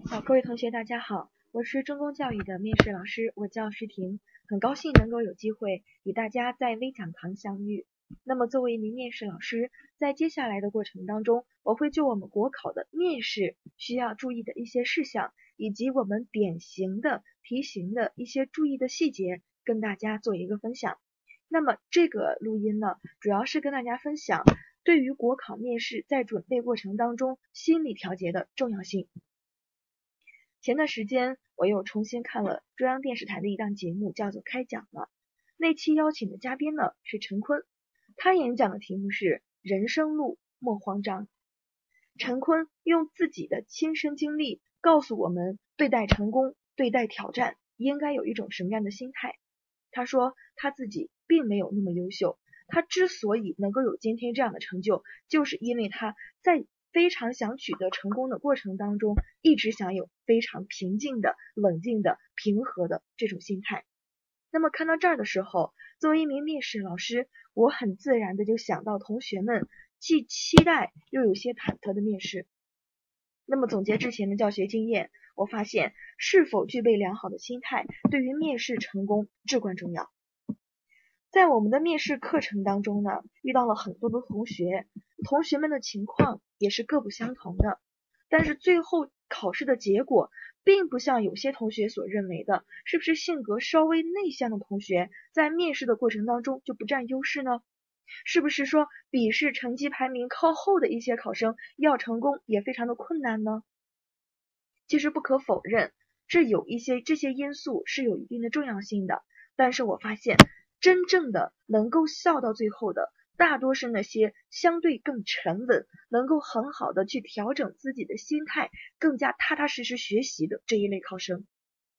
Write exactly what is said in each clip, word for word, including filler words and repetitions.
好，各位同学大家好，我是中公教育的面试老师，我叫诗婷，很高兴能够有机会与大家在微讲堂相遇。那么作为一名面试老师，在接下来的过程当中，我会就我们国考的面试需要注意的一些事项，以及我们典型的题型的一些注意的细节，跟大家做一个分享。那么这个录音呢，主要是跟大家分享对于国考面试在准备过程当中心理调节的重要性。前段时间我又重新看了中央电视台的一档节目，叫做开讲了。那期邀请的嘉宾呢是陈坤，他演讲的题目是人生路莫慌张。陈坤用自己的亲身经历告诉我们，对待成功、对待挑战应该有一种什么样的心态。他说他自己并没有那么优秀，他之所以能够有今天这样的成就，就是因为他在非常想取得成功的过程当中，一直想有非常平静的、冷静的、平和的这种心态。那么看到这儿的时候，作为一名面试老师，我很自然的就想到同学们既期待又有些忐忑的面试。那么总结之前的教学经验，我发现是否具备良好的心态，对于面试成功至关重要。在我们的面试课程当中呢，遇到了很多的同学，同学们的情况也是各不相同的，但是最后考试的结果并不像有些同学所认为的，是不是性格稍微内向的同学在面试的过程当中就不占优势呢？是不是说笔试成绩排名靠后的一些考生要成功也非常的困难呢？其实不可否认，这有一些这些因素是有一定的重要性的，但是我发现真正的能够笑到最后的，大多是那些相对更沉稳，能够很好的去调整自己的心态，更加踏踏实实学习的这一类考生。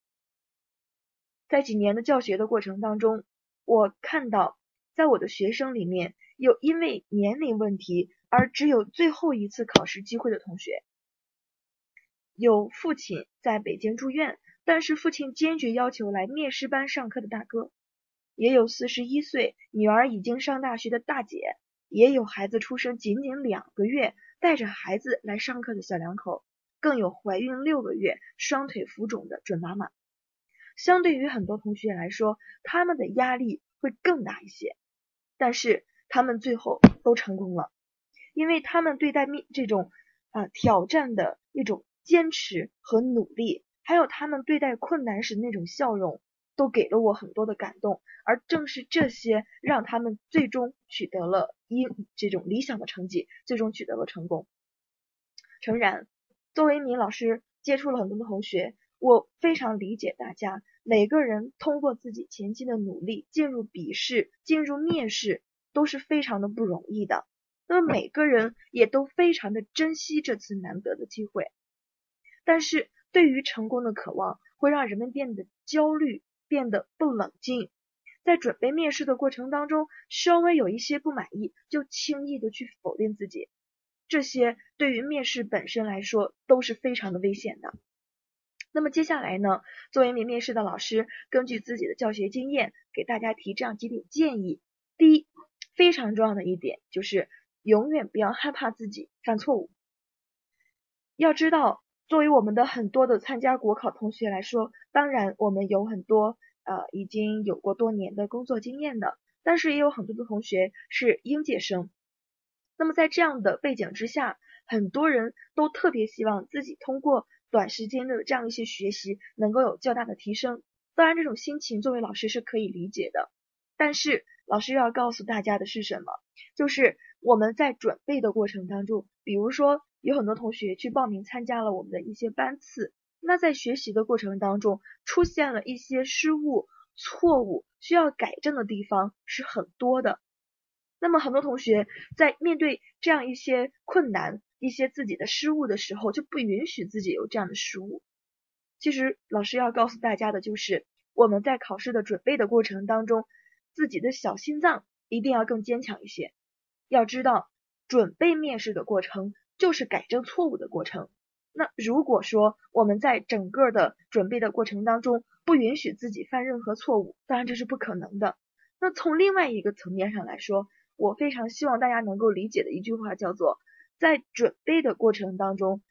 在几年的教学的过程当中，我看到在我的学生里面，有因为年龄问题而只有最后一次考试机会的同学，有父亲在北京住院，但是父亲坚决要求来面试班上课的大哥，也有四十一岁女儿已经上大学的大姐，也有孩子出生仅仅两个月带着孩子来上课的小两口，更有怀孕六个月双腿浮肿的准妈妈。相对于很多同学来说，他们的压力会更大一些，但是他们最后都成功了，因为他们对待这种、呃、挑战的一种坚持和努力，还有他们对待困难时那种笑容，都给了我很多的感动，而正是这些让他们最终取得了一这种理想的成绩，最终取得了成功。诚然，作为一名老师，接触了很多的同学，我非常理解大家，每个人通过自己前期的努力进入笔试、进入面试都是非常的不容易的，那么每个人也都非常的珍惜这次难得的机会，但是对于成功的渴望会让人们变得焦虑，变得不冷静，在准备面试的过程当中，稍微有一些不满意就轻易的去否定自己，这些对于面试本身来说都是非常的危险的。那么接下来呢，作为一名面试的老师，根据自己的教学经验给大家提这样几点建议。第一，非常重要的一点就是永远不要害怕自己犯错误。要知道，作为我们的很多的参加国考同学来说，当然我们有很多呃已经有过多年的工作经验的，但是也有很多的同学是应届生。那么在这样的背景之下，很多人都特别希望自己通过短时间的这样一些学习能够有较大的提升，当然这种心情作为老师是可以理解的，但是老师要告诉大家的是什么？就是我们在准备的过程当中，比如说有很多同学去报名参加了我们的一些班次，那在学习的过程当中出现了一些失误、错误，需要改正的地方是很多的。那么很多同学在面对这样一些困难、一些自己的失误的时候，就不允许自己有这样的失误。其实老师要告诉大家的就是，我们在考试的准备的过程当中，自己的小心脏一定要更坚强一些。要知道，准备面试的过程就是改正错误的过程。那如果说我们在整个的准备的过程当中不允许自己犯任何错误，当然这是不可能的。那从另外一个层面上来说，我非常希望大家能够理解的一句话叫做，在准备的过程当中，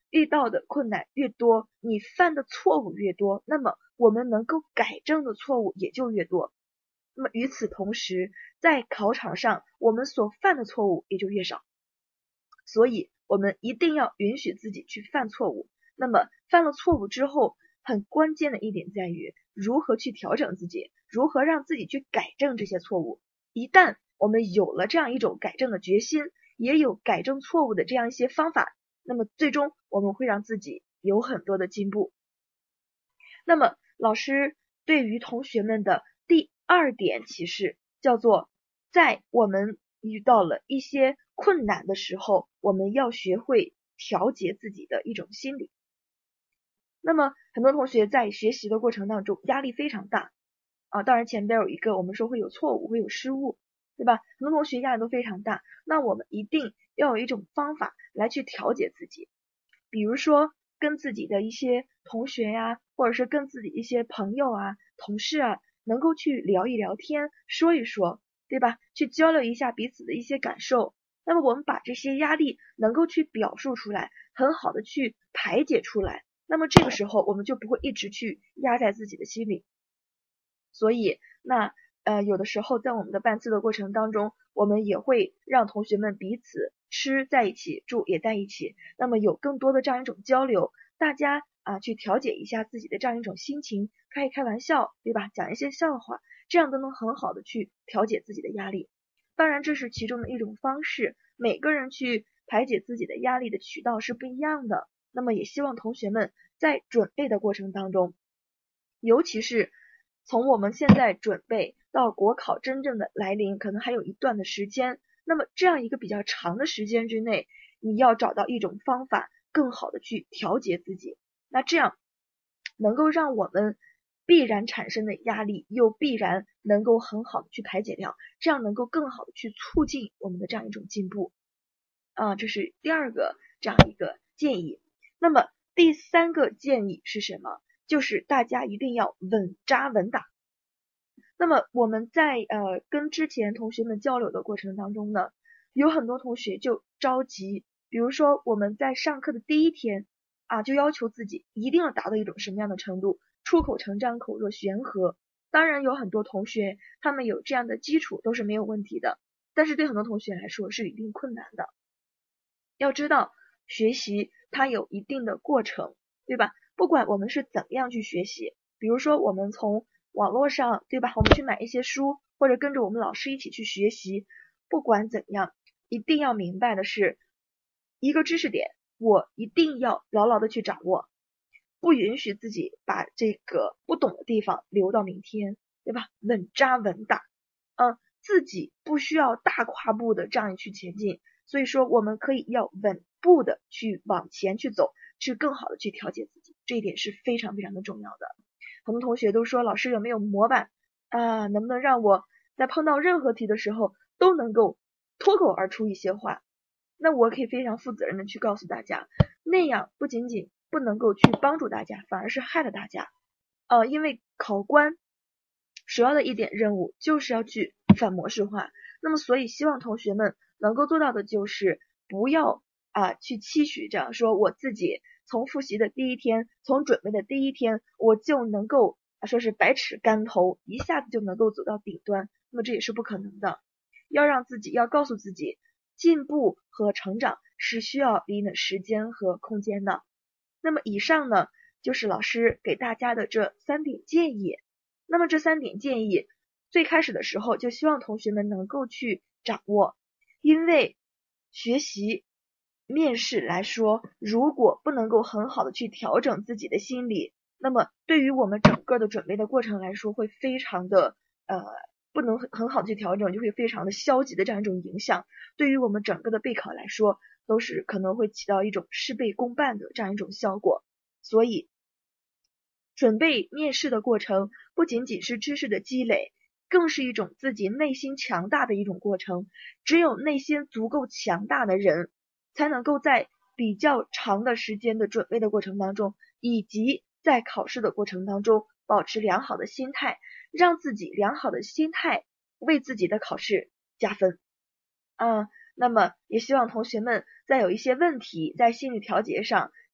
遇到的困难越多，你犯的错误越多，那么我们能够改正的错误也就越多。那么与此同时，在考场上我们所犯的错误也就越少。所以我们一定要允许自己去犯错误。那么犯了错误之后，很关键的一点在于如何去调整自己，如何让自己去改正这些错误。一旦我们有了这样一种改正的决心，也有改正错误的这样一些方法，那么最终我们会让自己有很多的进步。那么老师对于同学们的第二点启示叫做，在我们遇到了一些困难的时候，我们要学会调节自己的一种心理。那么很多同学在学习的过程当中压力非常大啊，当然前边有一个我们说会有错误，会有失误，对吧？很多同学压力都非常大，那我们一定要有一种方法来去调节自己，比如说跟自己的一些同学呀，或者是跟自己一些朋友啊、同事啊，能够去聊一聊天，说一说，对吧？去交流一下彼此的一些感受。那么我们把这些压力能够去表述出来，很好的去排解出来，那么这个时候我们就不会一直去压在自己的心里。所以那呃有的时候在我们的伴测的过程当中，我们也会让同学们彼此吃在一起，住也在一起，那么有更多的这样一种交流，大家啊去调节一下自己的这样一种心情，开一开玩笑，对吧？讲一些笑话，这样都能很好的去调节自己的压力。当然这是其中的一种方式，每个人去排解自己的压力的渠道是不一样的。那么也希望同学们在准备的过程当中，尤其是从我们现在准备到国考真正的来临，可能还有一段的时间，那么这样一个比较长的时间之内，你要找到一种方法，更好的去调节自己，那这样能够让我们必然产生的压力又必然能够很好的去排解掉，这样能够更好的去促进我们的这样一种进步啊，这是第二个这样一个建议。那么第三个建议是什么？就是大家一定要稳扎稳打。那么我们在呃跟之前同学们交流的过程当中呢，有很多同学就着急，比如说我们在上课的第一天啊，就要求自己一定要达到一种什么样的程度，出口成章，口若悬河。当然有很多同学他们有这样的基础都是没有问题的，但是对很多同学来说是一定困难的。要知道学习它有一定的过程，对吧？不管我们是怎么样去学习，比如说我们从网络上，对吧？我们去买一些书，或者跟着我们老师一起去学习，不管怎样，一定要明白的是，一个知识点，我一定要牢牢的去掌握，不允许自己把这个不懂的地方留到明天，对吧？稳扎稳打，嗯，自己不需要大跨步的这样去前进，所以说我们可以要稳步的去往前去走，去更好的去调节自己，这一点是非常非常的重要的。很多同学都说老师有没有模板啊，能不能让我在碰到任何题的时候都能够脱口而出一些话？那我可以非常负责任的去告诉大家，那样不仅仅不能够去帮助大家，反而是害了大家。呃，因为考官首要的一点任务就是要去反模式化，那么所以希望同学们能够做到的就是不要啊去期许着说我自己从复习的第一天，从准备的第一天，我就能够啊说是百尺竿头，一下子就能够走到顶端，那么这也是不可能的。要让自己要告诉自己，进步和成长是需要一定的时间和空间的。那么以上呢，就是老师给大家的这三点建议。那么这三点建议，最开始的时候就希望同学们能够去掌握，因为学习面试来说，如果不能够很好的去调整自己的心理，那么对于我们整个的准备的过程来说，会非常的呃不能很很好的去调整，就会非常的消极的这样一种影响，对于我们整个的备考来说，都是可能会起到一种事倍功半的这样一种效果。所以准备面试的过程不仅仅是知识的积累，更是一种自己内心强大的一种过程。只有内心足够强大的人，才能够在比较长的时间的准备的过程当中，以及在考试的过程当中，保持良好的心态，让自己良好的心态为自己的考试加分。嗯，那么也希望同学们在有一些问题在心理调节上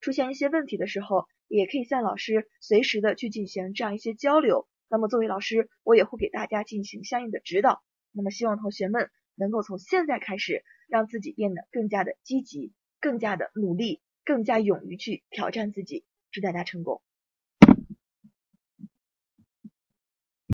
出现一些问题的时候，也可以向老师随时的去进行这样一些交流。那么作为老师，我也会给大家进行相应的指导。那么希望同学们能够从现在开始，让自己变得更加的积极，更加的努力，更加勇于去挑战自己。祝大家成功！